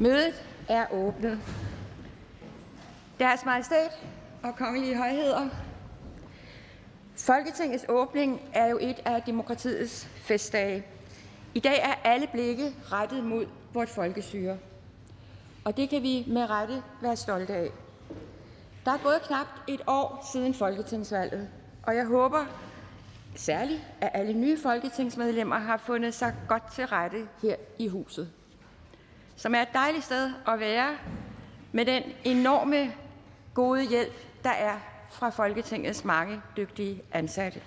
Mødet er åbnet. Deres Majestæt og kongelige højheder. Folketingets åbning er jo et af demokratiets festdage. I dag er alle blikke rettet mod vort folkestyre. Og det kan vi med rette være stolte af. Der er gået knap et år siden folketingsvalget, og jeg håber særligt, at alle nye folketingsmedlemmer har fundet sig godt til rette her i huset, som er et dejligt sted at være med den enorme gode hjælp, der er fra Folketingets mange dygtige ansatte.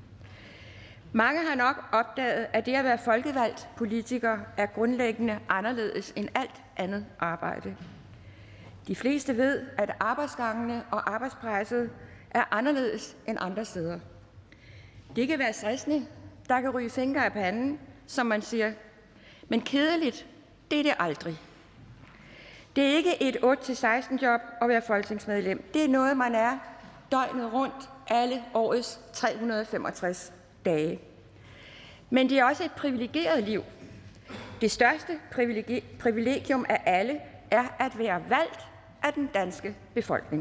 Mange har nok opdaget, at det at være folkevalgt politiker er grundlæggende anderledes end alt andet arbejde. De fleste ved, at arbejdsgangene og arbejdspresset er anderledes end andre steder. Det kan være stressende, der kan ryge fingre af panden, som man siger, men kedeligt, det er det aldrig. Det er ikke et 8-16 job at være folketingsmedlem. Det er noget, man er døgnet rundt alle årets 365 dage. Men det er også et privilegeret liv. Det største privilegium af alle er at være valgt af den danske befolkning.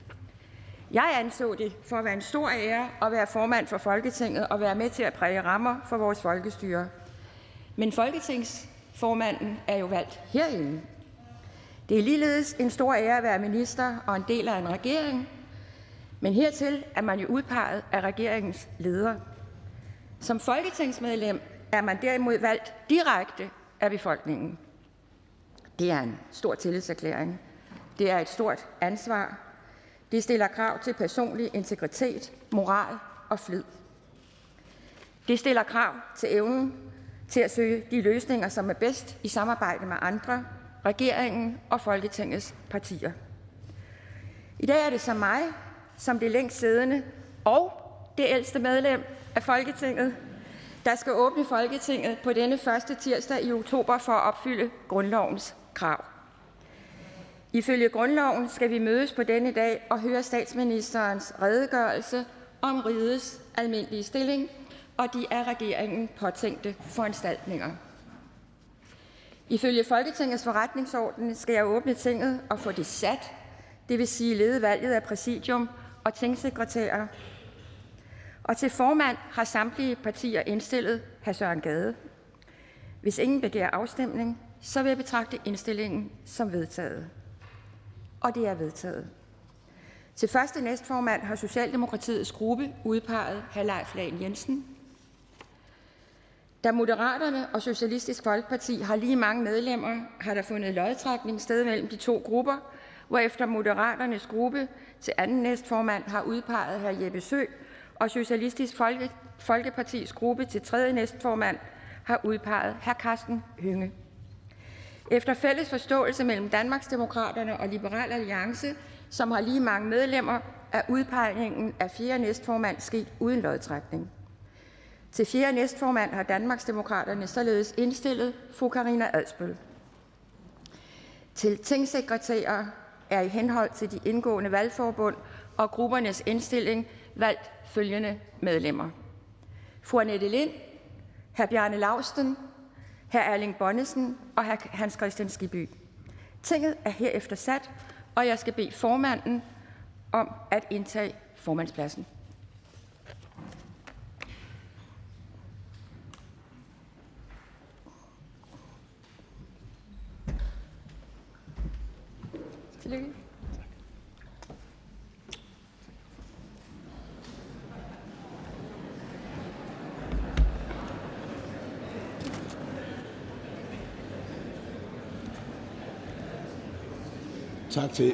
Jeg anså det for at være en stor ære at være formand for Folketinget og være med til at præge rammer for vores folkestyre. Men folketingsformanden er jo valgt herinde. Det er ligeledes en stor ære at være minister og en del af en regering, men hertil er man jo udpeget af regeringens leder. Som folketingsmedlem er man derimod valgt direkte af befolkningen. Det er en stor tillidserklæring. Det er et stort ansvar. Det stiller krav til personlig integritet, moral og flid. Det stiller krav til evnen til at søge de løsninger, som er bedst i samarbejde med andre, regeringen og Folketingets partier. I dag er det så mig, som det længst siddende og det ældste medlem af Folketinget, der skal åbne Folketinget på denne første tirsdag i oktober for at opfylde grundlovens krav. Ifølge grundloven skal vi mødes på denne dag og høre statsministerens redegørelse om rigets almindelige stilling og de af regeringen påtænkte foranstaltninger. Ifølge Folketingets forretningsorden skal jeg åbne tinget og få det sat, det vil sige lede valget af præsidium og tingsekretærer. Og til formand har samtlige partier indstillet hr. Søren Gade. Hvis ingen begærer afstemning, så vil jeg betragte indstillingen som vedtaget. Og det er vedtaget. Til første næstformand har Socialdemokratiets gruppe udpeget hr. Leif Lahn Jensen. Da Moderaterne og Socialistisk Folkeparti har lige mange medlemmer, har der fundet lodtrækning sted mellem de to grupper, hvorefter Moderaternes gruppe til anden næstformand har udpeget hr. Jeppe Søe, og Socialistisk Folkepartis gruppe til tredje næstformand har udpeget hr. Karsten Hønge. Efter fælles forståelse mellem Danmarksdemokraterne og Liberal Alliance, som har lige mange medlemmer, er udpegningen af fjerde næstformand sket uden lodtrækning. Til fjerde næstformand har Danmarksdemokraterne således indstillet fru Karina Adsbøl. Til tingsekretærer er i henhold til de indgående valgforbund og gruppernes indstilling valgt følgende medlemmer: fru Annette Lind, hr. Bjarne Laustsen, hr. Erling Bonnesen og hr. Hans Kristian Skibby. Tinget er herefter sat, og jeg skal bede formanden om at indtage formandspladsen. Tillykke. Tak til.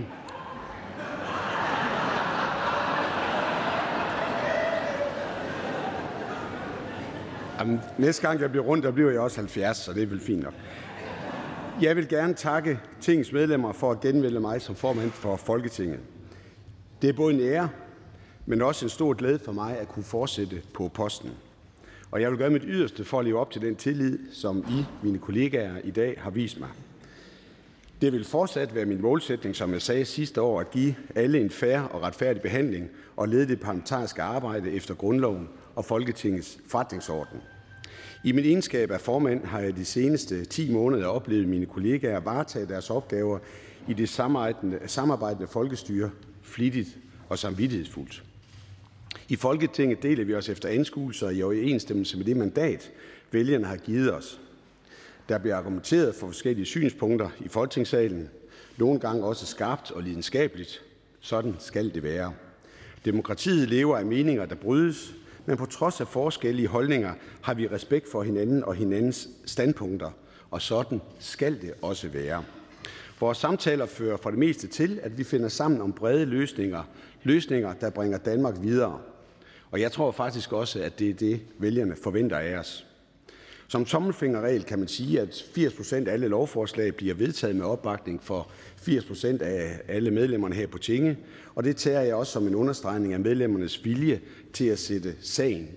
Jamen, næste gang jeg bliver rundt, der bliver jeg også 70, så det er vel fint nok. Jeg vil gerne takke tingets medlemmer for at genvælge mig som formand for Folketinget. Det er både en ære, men også en stor glæde for mig at kunne fortsætte på posten. Og jeg vil gøre mit yderste for at leve op til den tillid, som I, mine kollegaer, i dag har vist mig. Det vil fortsat være min målsætning, som jeg sagde sidste år, at give alle en fair og retfærdig behandling og lede det parlamentariske arbejde efter grundloven og Folketingets forretningsorden. I min egenskab af formand har jeg de seneste 10 måneder oplevet mine kollegaer varetage deres opgaver i det samarbejdende folkestyre flittigt og samvittighedsfuldt. I Folketinget deler vi os efter anskuelser i overensstemmelse med det mandat, vælgerne har givet os. Der bliver argumenteret for forskellige synspunkter i Folketingssalen, nogle gange også skarpt og lidenskabeligt. Sådan skal det være. Demokratiet lever af meninger, der brydes, men på trods af forskellige holdninger har vi respekt for hinanden og hinandens standpunkter, og sådan skal det også være. Vores samtaler fører for det meste til, at vi finder sammen om brede løsninger, der bringer Danmark videre. Og jeg tror faktisk også, at det er det, vælgerne forventer af os. Som tommelfingerregel kan man sige, at 80% af alle lovforslag bliver vedtaget med opbakning for 80% af alle medlemmerne her på Tinge, og det tager jeg også som en understregning af medlemmernes vilje til at sætte sagen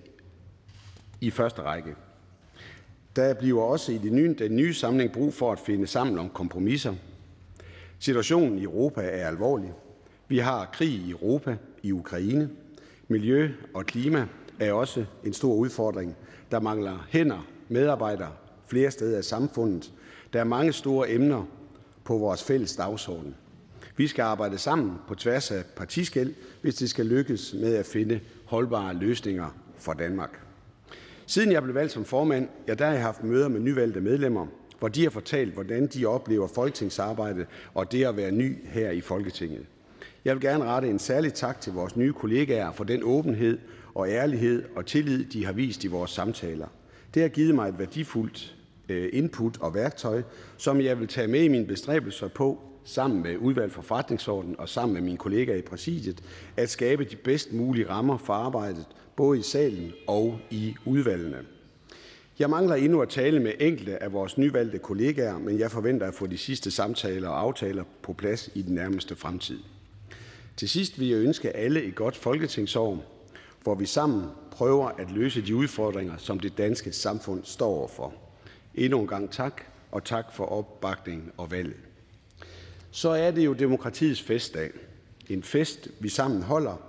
i første række. Der bliver også i den nye samling brug for at finde sammen om kompromiser. Situationen i Europa er alvorlig. Vi har krig i Europa, i Ukraine. Miljø og klima er også en stor udfordring. Der mangler hænder, medarbejdere flere steder i samfundet. Der er mange store emner på vores fælles dagsorden. Vi skal arbejde sammen på tværs af partiskel, hvis det skal lykkes med at finde holdbare løsninger for Danmark. Siden jeg blev valgt som formand, der har jeg haft møder med nyvalgte medlemmer, hvor de har fortalt, hvordan de oplever folketingsarbejde og det at være ny her i Folketinget. Jeg vil gerne rette en særlig tak til vores nye kollegaer for den åbenhed og ærlighed og tillid, de har vist i vores samtaler. Det har givet mig et værdifuldt input og værktøj, som jeg vil tage med i mine bestræbelser på, sammen med udvalg for forretningsordenen og sammen med mine kollegaer i præsidiet, at skabe de bedst mulige rammer for arbejdet, både i salen og i udvalgene. Jeg mangler endnu at tale med enkelte af vores nyvalgte kollegaer, men jeg forventer at få de sidste samtaler og aftaler på plads i den nærmeste fremtid. Til sidst vil jeg ønske alle et godt folketingsår, hvor vi sammen prøver at løse de udfordringer, som det danske samfund står overfor. Endnu en gang tak, og tak for opbakningen og valget. Så er det jo demokratiets festdag. En fest, vi sammen holder,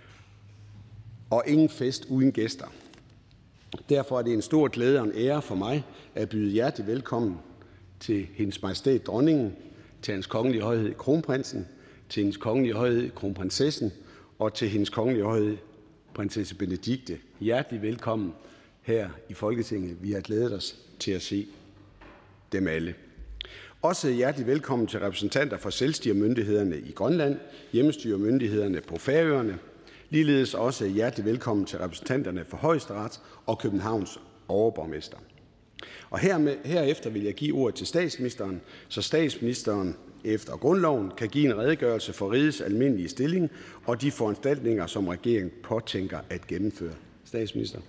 og ingen fest uden gæster. Derfor er det en stor glæde og en ære for mig at byde hjertelig velkommen til Hendes Majestæt Dronningen, til Hans Kongelige Højhed Kronprinsen, til Hendes Kongelige Højhed Kronprinsessen og til Hendes Kongelige Højhed Prinsesse Benedikte. Hjertelig velkommen her i Folketinget. Vi har glædet os til at se dem alle. Også hjertelig velkommen til repræsentanter for selvstyremyndighederne i Grønland, hjemmestyremyndighederne på Færøerne. Ligeledes også hjertelig velkommen til repræsentanterne for Højesteret og Københavns overborgmester. Og herefter vil jeg give ordet til statsministeren, så statsministeren efter grundloven kan give en redegørelse for rigets almindelige stilling og de foranstaltninger, som regeringen påtænker at gennemføre. Statsminister.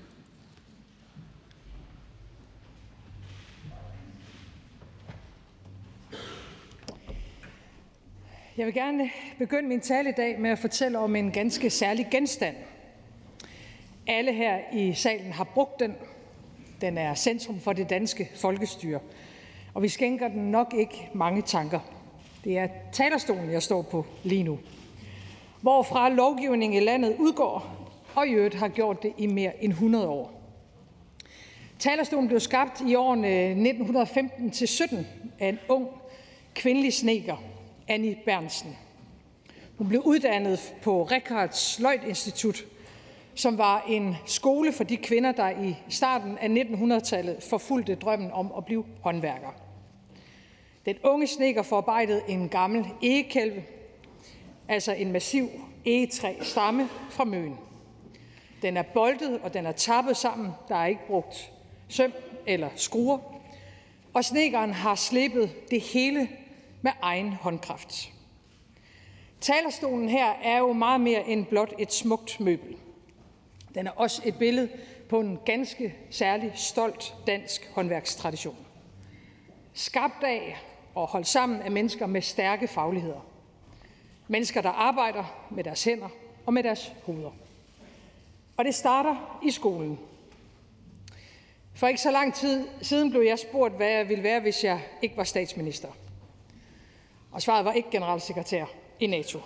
Jeg vil gerne begynde min tale i dag med at fortælle om en ganske særlig genstand. Alle her i salen har brugt den. Den er centrum for det danske folkestyre, og vi skænker den nok ikke mange tanker. Det er talerstolen, jeg står på lige nu, hvorfra lovgivning i landet udgår, og i øvrigt har gjort det i mere end 100 år. Talerstolen blev skabt i årene 1915-17 af en ung kvindelig snedker, Annie Berntsen. Hun blev uddannet på Richards Sløjdinstitut, som var en skole for de kvinder, der i starten af 1900-tallet forfulgte drømmen om at blive håndværker. Den unge snedker forarbejdede en gammel egekælve, altså en massiv egetræstamme fra Møn. Den er boltet, og den er tappet sammen. Der er ikke brugt søm eller skruer. Og snedkeren har slebet det hele med egen håndkraft. Talerstolen her er jo meget mere end blot et smukt møbel. Den er også et billede på en ganske særlig stolt dansk håndværkstradition. Skabt af og holdt sammen af mennesker med stærke fagligheder. Mennesker, der arbejder med deres hænder og med deres hoveder. Og det starter i skolen. For ikke så lang tid siden blev jeg spurgt, hvad jeg ville være, hvis jeg ikke var statsminister. Og svaret var ikke generalsekretær i NATO.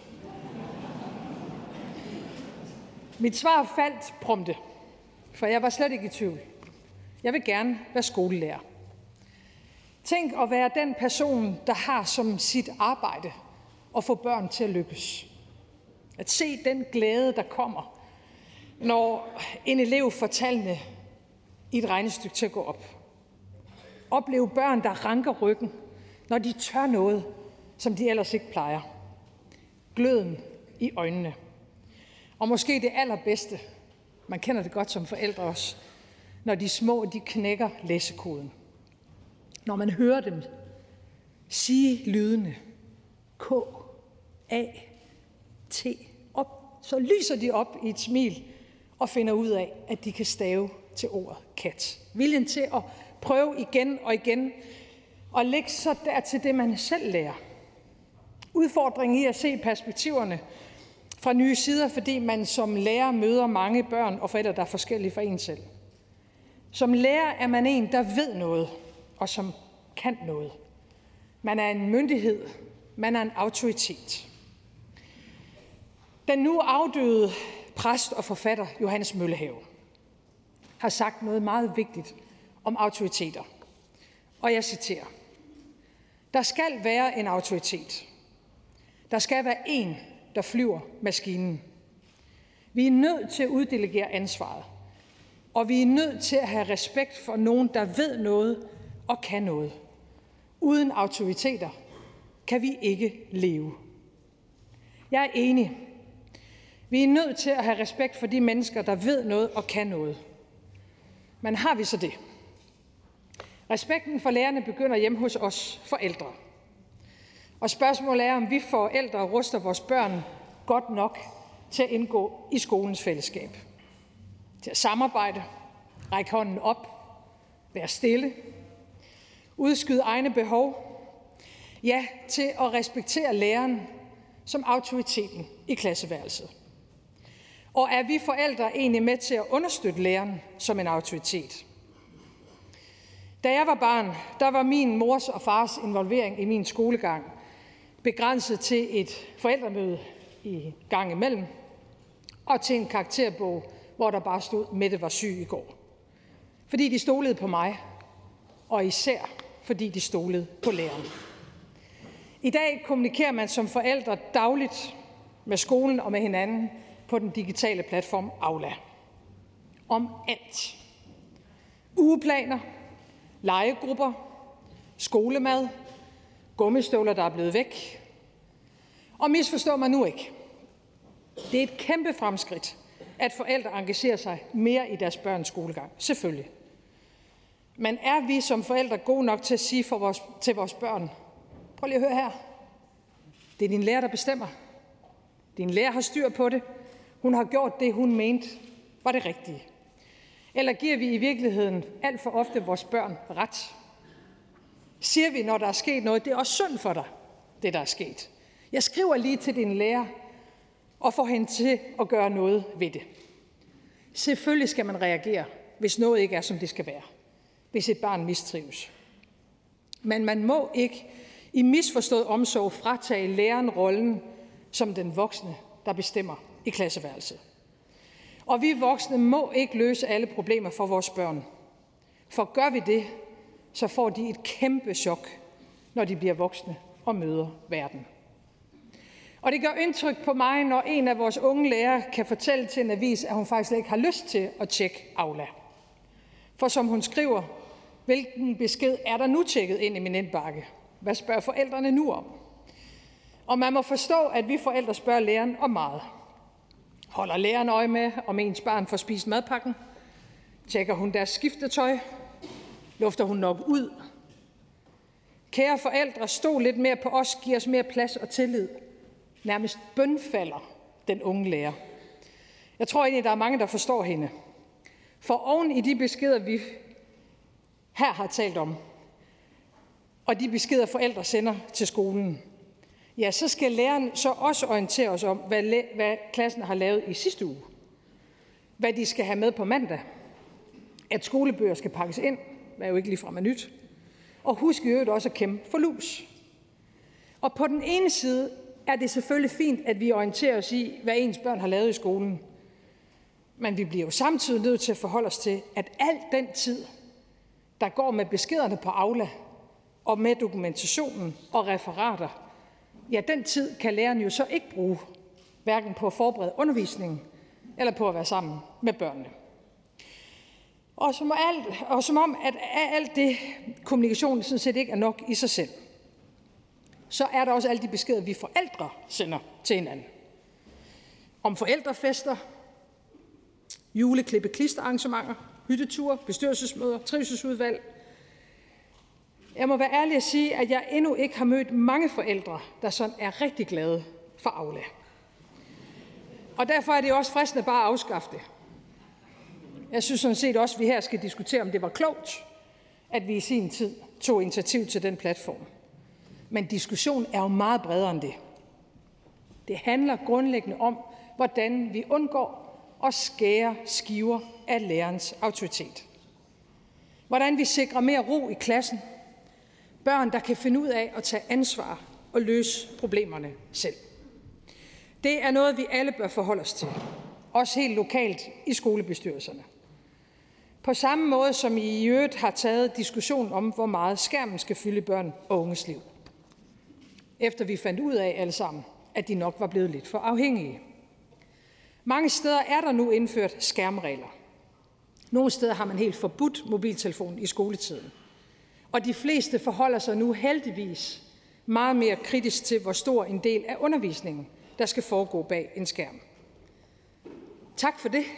Mit svar faldt prompte, for jeg var slet ikke i tvivl. Jeg vil gerne være skolelærer. Tænk at være den person, der har som sit arbejde at få børn til at lykkes. At se den glæde, der kommer, når en elev får tallene i et regnestykke til at gå op. Opleve børn, der ranker ryggen, når de tør noget, som de ellers ikke plejer. Gløden i øjnene. Og måske det allerbedste, man kender det godt som forældre også, når de små, de knækker læsekoden. Når man hører dem sige lydene K, A, T op, så lyser de op i et smil og finder ud af, at de kan stave til ordet kat. Viljen til at prøve igen og igen og lægge så dertil det, man selv lærer. Udfordringen i at se perspektiverne fra nye sider, fordi man som lærer møder mange børn og forældre, der er forskellige fra en selv. Som lærer er man en, der ved noget, og som kan noget. Man er en myndighed, man er en autoritet. Den nu afdøde præst og forfatter Johannes Møllehave har sagt noget meget vigtigt om autoriteter. Og jeg citerer: Der skal være en autoritet. Der skal være en, der flyver maskinen. Vi er nødt til at uddelegere ansvaret. Og vi er nødt til at have respekt for nogen, der ved noget og kan noget. Uden autoriteter kan vi ikke leve. Jeg er enig. Vi er nødt til at have respekt for de mennesker, der ved noget og kan noget. Men har vi så det? Respekten for lærerne begynder hjemme hos os forældre. Og spørgsmålet er, om vi forældre ruster vores børn godt nok til at indgå i skolens fællesskab. Til at samarbejde, række hånden op, være stille, udskyde egne behov. Ja, til at respektere læreren som autoriteten i klasseværelset. Og er vi forældre egentlig med til at understøtte læreren som en autoritet? Da jeg var barn, der var min mors og fars involvering i min skolegang begrænset til et forældremøde i gang imellem, og til en karakterbog, hvor der bare stod, Mette var syg i går. Fordi de stolede på mig, og især fordi de stolede på læreren. I dag kommunikerer man som forældre dagligt med skolen og med hinanden på den digitale platform Aula. Om alt. Ugeplaner, legegrupper, skolemad, gummistøvler, der er blevet væk. Og misforstår man nu ikke. Det er et kæmpe fremskridt, at forældre engagerer sig mere i deres børns skolegang. Selvfølgelig. Men er vi som forældre gode nok til at sige til vores børn, prøv lige at høre her. Det er din lærer, der bestemmer. Din lærer har styr på det. Hun har gjort det, hun mente var det rigtige. Eller giver vi i virkeligheden alt for ofte vores børn ret? Siger vi, når der er sket noget, det er også synd for dig, det der er sket. Jeg skriver lige til din lærer og får hende til at gøre noget ved det. Selvfølgelig skal man reagere, hvis noget ikke er, som det skal være. Hvis et barn mistrives. Men man må ikke i misforstået omsorg fratage læreren rollen som den voksne, der bestemmer i klasseværelset. Og vi voksne må ikke løse alle problemer for vores børn. For gør vi det, så får de et kæmpe chok, når de bliver voksne og møder verden. Og det gør indtryk på mig, når en af vores unge lærere kan fortælle til en avis, at hun faktisk slet ikke har lyst til at tjekke Aula. For som hun skriver, hvilken besked er der nu tjekket ind i min indbakke? Hvad spørger forældrene nu om? Og man må forstå, at vi forældre spørger læreren om meget. Holder læreren øje med, om ens barn får spist madpakken? Tjekker hun deres skiftetøj? Lufter hun nok ud? Kære forældre, stol lidt mere på os, giv os mere plads og tillid. Nærmest bønfalder den unge lærer. Jeg tror egentlig, der er mange, der forstår hende. For oven i de beskeder, vi her har talt om, og de beskeder, forældre sender til skolen, ja, så skal læreren så også orientere os om, hvad klassen har lavet i sidste uge. Hvad de skal have med på mandag. At skolebøger skal pakkes ind, hvad jo ikke ligefrem er nyt. Og husk i øvrigt også at kæmpe for lus. Og på den ene side er det selvfølgelig fint, at vi orienterer os i, hvad ens børn har lavet i skolen. Men vi bliver jo samtidig nødt til at forholde os til, at al den tid, der går med beskederne på Aula og med dokumentationen og referater, ja, den tid kan læreren jo så ikke bruge, hverken på at forberede undervisningen eller på at være sammen med børnene. Og som om at alt det kommunikation sådan set ikke er nok i sig selv, så er der også alle de beskeder, vi forældre sender til hinanden. Om forældrefester, juleklippe klisterarrangementer, hytteture, bestyrelsesmøder, trivselsudvalg. Jeg må være ærlig at sige, at jeg endnu ikke har mødt mange forældre, der sådan er rigtig glade for Aula. Og derfor er det også fristende bare at afskaffe det. Jeg synes sådan set også, at vi her skal diskutere, om det var klogt, at vi i sin tid tog initiativ til den platform. Men diskussionen er jo meget bredere end det. Det handler grundlæggende om, hvordan vi undgår at skære skiver af lærerens autoritet. Hvordan vi sikrer mere ro i klassen. Børn, der kan finde ud af at tage ansvar og løse problemerne selv. Det er noget, vi alle bør forholde os til. Også helt lokalt i skolebestyrelserne. På samme måde som I øvrigt har taget diskussion om, hvor meget skærmen skal fylde børn og unges liv. Efter vi fandt ud af alle sammen, at de nok var blevet lidt for afhængige. Mange steder er der nu indført skærmregler. Nogle steder har man helt forbudt mobiltelefonen i skoletiden. Og de fleste forholder sig nu heldigvis meget mere kritisk til, hvor stor en del af undervisningen, der skal foregå bag en skærm. Tak for det.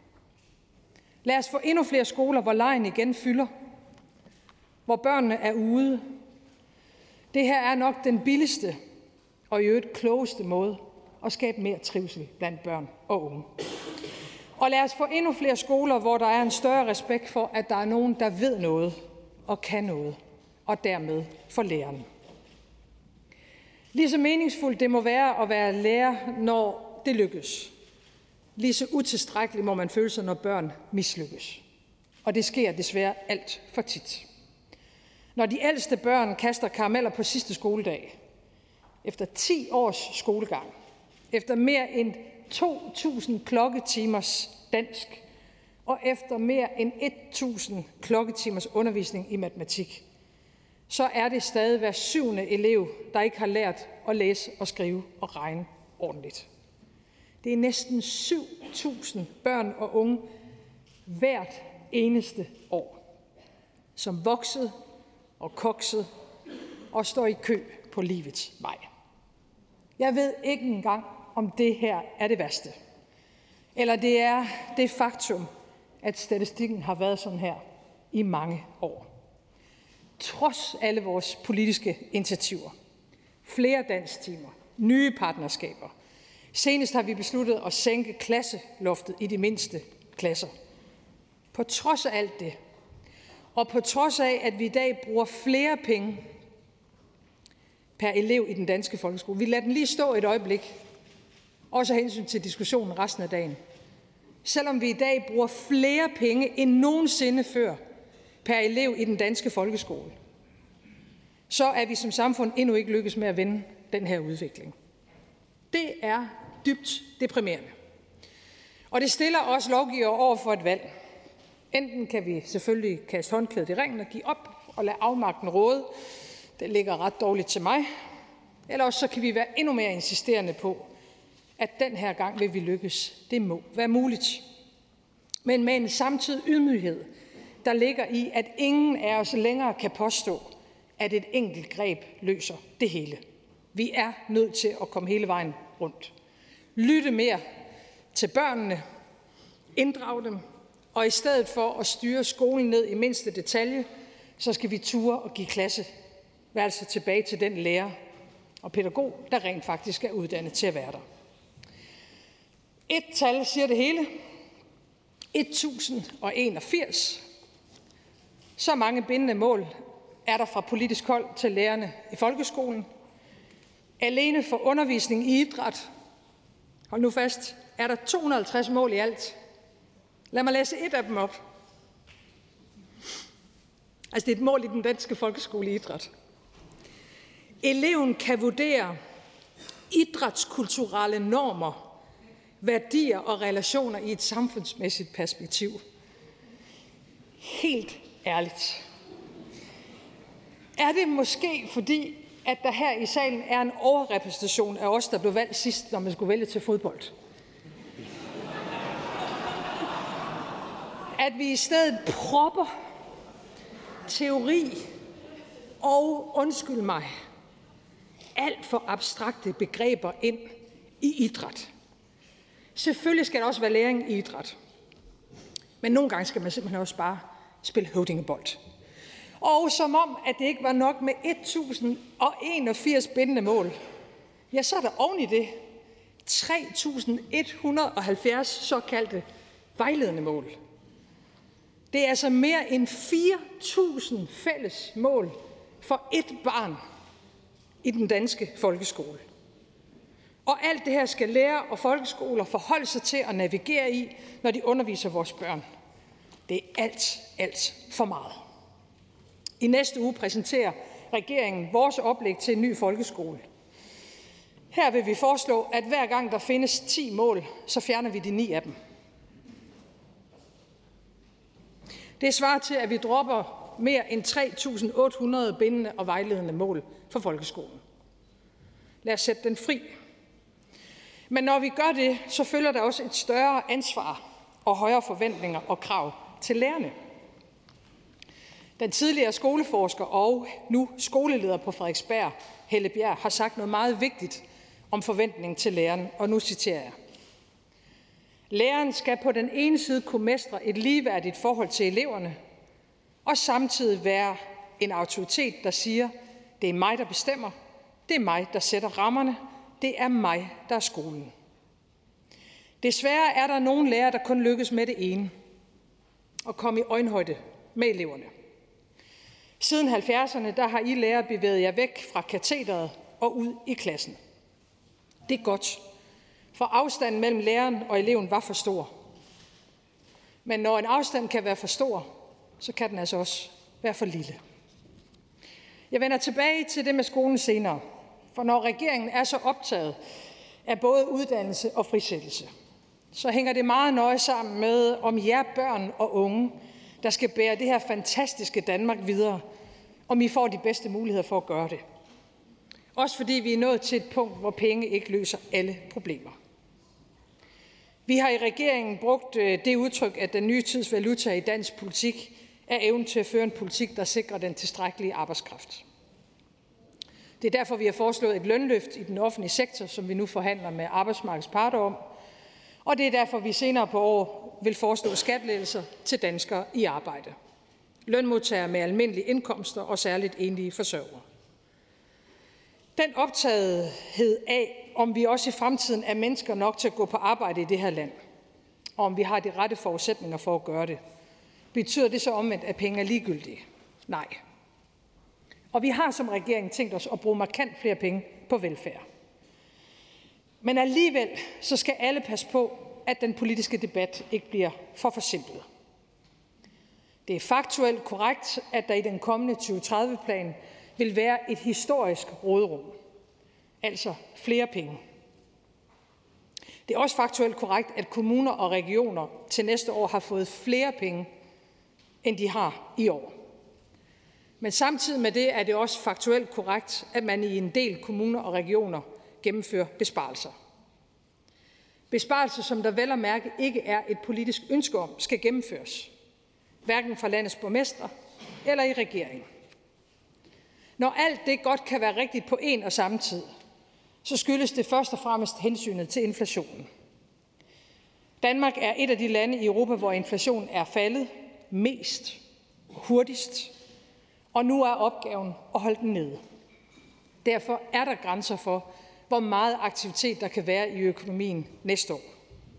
Lad os få endnu flere skoler, hvor legen igen fylder. Hvor børnene er ude. Det her er nok den billigste og i øvrigt klogeste måde at skabe mere trivsel blandt børn og unge. Og lad os få endnu flere skoler, hvor der er en større respekt for, at der er nogen, der ved noget og kan noget, og dermed for læreren. Lige så meningsfuldt det må være at være lærer, når det lykkes. Lige så utilstrækkeligt må man føle sig, når børn mislykkes. Og det sker desværre alt for tit. Når de ældste børn kaster karameller på sidste skoledag, efter 10 års skolegang, efter mere end 2.000 klokketimers dansk og efter mere end 1.000 klokketimers undervisning i matematik, så er det stadig hver 7. elev, der ikke har lært at læse og skrive og regne ordentligt. Det er næsten 7.000 børn og unge hvert eneste år, som voksede og koksede og står i kø på livets vej. Jeg ved ikke engang, om det her er det værste. Eller det er det faktum, at statistikken har været sådan her i mange år. Trods alle vores politiske initiativer, flere dansktimer, nye partnerskaber. Senest har vi besluttet at sænke klasseloftet i de mindste klasser. På trods af alt det, og på trods af, at vi i dag bruger flere penge per elev i den danske folkeskole. Vi lader den lige stå et øjeblik, også af hensyn til diskussionen resten af dagen. Selvom vi i dag bruger flere penge end nogensinde før per elev i den danske folkeskole, så er vi som samfund endnu ikke lykkes med at vende den her udvikling. Det er dybt deprimerende. Og det stiller os lovgivere over for et valg. Enten kan vi selvfølgelig kaste håndklædet i ringen og give op og lade afmagten råde. Det ligger ret dårligt til mig. Eller også så kan vi være endnu mere insisterende på, at den her gang vil vi lykkes. Det må være muligt. Men med en samtidig ydmyghed, der ligger i, at ingen af os længere kan påstå, at et enkelt greb løser det hele. Vi er nødt til at komme hele vejen rundt. Lytte mere til børnene, inddrage dem, og i stedet for at styre skolen ned i mindste detalje, så skal vi ture og give klasseværelset tilbage til den lærer og pædagog, der rent faktisk er uddannet til at være der. Et tal siger det hele. 1081. Så mange bindende mål er der fra politisk hold til lærerne i folkeskolen. Alene for undervisning i idræt, hold nu fast, er der 250 mål i alt. Lad mig læse et af dem op. Altså det er et mål i den danske folkeskole i idræt. Eleven kan vurdere idrætskulturelle normer, værdier og relationer i et samfundsmæssigt perspektiv. Helt ærligt. Er det måske fordi, at der her i salen er en overrepræsentation af os, der blev valgt sidst, når man skulle vælge til fodbold? At vi i stedet propper teori og, undskyld mig, alt for abstrakte begreber ind i idræt. Selvfølgelig skal der også være læring i idræt. Men nogle gange skal man simpelthen også bare spille høvdingebold. Og som om, at det ikke var nok med 1081 bindende mål, ja, så er der oven i det 3170 såkaldte vejledende mål. Det er altså mere end 4000 fælles mål for ét barn i den danske folkeskole. Og alt det her skal lærere og folkeskoler forholde sig til at navigere i, når de underviser vores børn. Det er alt for meget. I næste uge præsenterer regeringen vores oplæg til en ny folkeskole. Her vil vi foreslå, at hver gang der findes 10 mål, så fjerner vi de 9 af dem. Det svarer til, at vi dropper mere end 3.800 bindende og vejledende mål for folkeskolen. Lad os sætte den fri. Men når vi gør det, så følger der også et større ansvar og højere forventninger og krav til lærerne. Den tidligere skoleforsker og nu skoleleder på Frederiksberg, Helle Bjerg, har sagt noget meget vigtigt om forventningen til læreren, og nu citerer jeg. Læreren skal på den ene side kunne mestre et ligeværdigt forhold til eleverne, og samtidig være en autoritet, der siger, det er mig, der bestemmer, det er mig, der sætter rammerne, det er mig, der er skolen. Desværre er der nogle lærere, der kun lykkes med det ene, at komme i øjenhøjde med eleverne. Siden 70'erne, der har I lærere bevæget jer væk fra katedret og ud i klassen. Det er godt, for afstanden mellem læreren og eleven var for stor. Men når en afstand kan være for stor, så kan den altså også være for lille. Jeg vender tilbage til det med skolen senere, for når regeringen er så optaget af både uddannelse og frisættelse, så hænger det meget nøje sammen med, om jer børn og unge, der skal bære det her fantastiske Danmark videre, om I får de bedste muligheder for at gøre det. Også fordi vi er nået til et punkt, hvor penge ikke løser alle problemer. Vi har i regeringen brugt det udtryk, at den nye tids valuta i dansk politik er evnen til at føre en politik, der sikrer den tilstrækkelige arbejdskraft. Det er derfor, vi har foreslået et lønløft i den offentlige sektor, som vi nu forhandler med arbejdsmarkedets parter om. Og det er derfor, vi senere på år vil foreslå skattelettelser til danskere i arbejde. Lønmodtagere med almindelige indkomster og særligt enlige forsørgere. Den optagethed af, om vi også i fremtiden er mennesker nok til at gå på arbejde i det her land, og om vi har de rette forudsætninger for at gøre det, betyder det så omvendt, at penge er ligegyldige? Nej. Og vi har som regering tænkt os at bruge markant flere penge på velfærd. Men alligevel så skal alle passe på, at den politiske debat ikke bliver for forsimplet. Det er faktuelt korrekt, at der i den kommende 2030-plan vil være et historisk råderum, altså flere penge. Det er også faktuelt korrekt, at kommuner og regioner til næste år har fået flere penge, end de har i år. Men samtidig med det er det også faktuelt korrekt, at man i en del kommuner og regioner gennemfører besparelser. Besparelser, som der vel at mærke ikke er et politisk ønske om, skal gennemføres. Hverken fra landets borgmestre eller i regeringen. Når alt det godt kan være rigtigt på en og samme tid, så skyldes det først og fremmest hensynet til inflationen. Danmark er et af de lande i Europa, hvor inflationen er faldet mest, hurtigst, og nu er opgaven at holde den nede. Derfor er der grænser for, hvor meget aktivitet der kan være i økonomien næste år.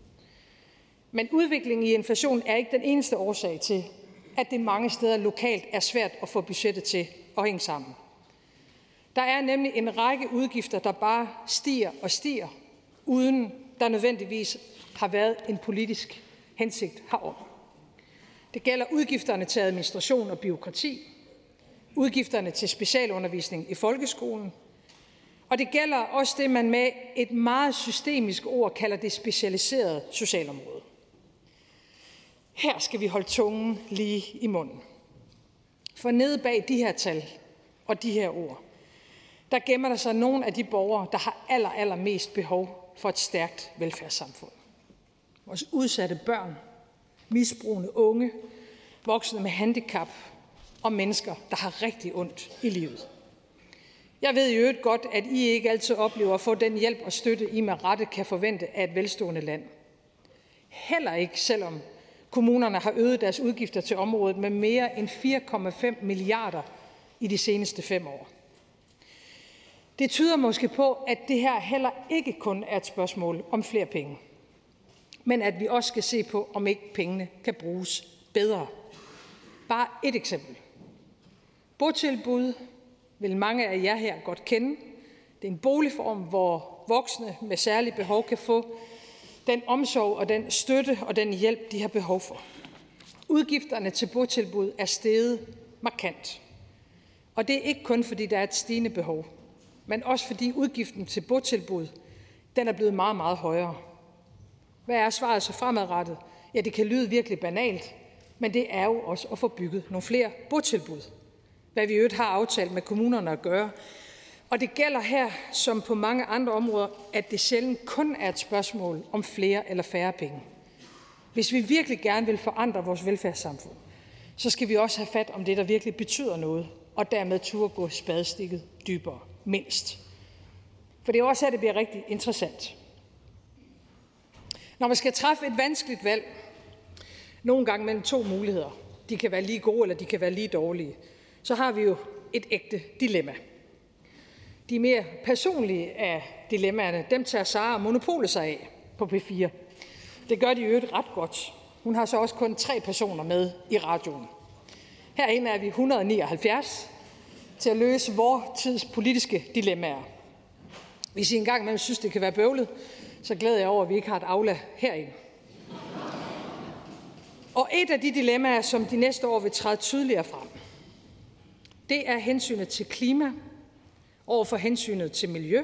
Men udviklingen i inflationen er ikke den eneste årsag til, at det mange steder lokalt er svært at få budgettet til at hænge sammen. Der er nemlig en række udgifter, der bare stiger og stiger, uden der nødvendigvis har været en politisk hensigt herom. Det gælder udgifterne til administration og bureaukrati, udgifterne til specialundervisning i folkeskolen, og det gælder også det, man med et meget systemisk ord kalder det specialiserede socialområde. Her skal vi holde tungen lige i munden. For nede bag de her tal, og de her ord, der gemmer der sig nogle af de borgere, der har allermest behov for et stærkt velfærdssamfund. Vores udsatte børn, misbrugende unge, voksne med handicap og mennesker, der har rigtig ondt i livet. Jeg ved i øvrigt godt, at I ikke altid oplever at få den hjælp og støtte, I med rette kan forvente af et velstående land. Heller ikke selvom kommunerne har øget deres udgifter til området med mere end 4,5 milliarder i de seneste 5 år. Det tyder måske på, at det her heller ikke kun er et spørgsmål om flere penge, men at vi også skal se på, om ikke pengene kan bruges bedre. Bare et eksempel. Botilbud vil mange af jer her godt kende. Det er en boligform, hvor voksne med særlige behov kan få den omsorg og den støtte og den hjælp, de har behov for. Udgifterne til botilbud er steget markant. Og det er ikke kun, fordi der er et stigende behov, men også fordi udgiften til botilbud, den er blevet meget, meget højere. Hvad er svaret så fremadrettet? Ja, det kan lyde virkelig banalt, men det er jo også at få bygget nogle flere botilbud, hvad vi i øvrigt har aftalt med kommunerne at gøre. Og det gælder her, som på mange andre områder, at det sjældent kun er et spørgsmål om flere eller færre penge. Hvis vi virkelig gerne vil forandre vores velfærdssamfund, så skal vi også have fat om det, der virkelig betyder noget, og dermed turde gå spadestikket dybere, mindst. For det er også her, det bliver rigtig interessant. Når man skal træffe et vanskeligt valg, nogle gange mellem 2 muligheder, de kan være lige gode, eller de kan være lige dårlige, så har vi jo et ægte dilemma. De mere personlige af dilemmaerne, dem tager Sara Monopolet sig af på P4. Det gør de i øvrigt ret godt. Hun har så også kun 3 personer med i radioen. Herinde er vi 179 til at løse vores tids politiske dilemmaer. Hvis I engang man synes, det kan være bøvlet, så glæder jeg over, at vi ikke har et Aula herinde. Og et af de dilemmaer, som de næste år vil træde tydeligere frem, det er hensynet til klima, over for hensynet til miljø,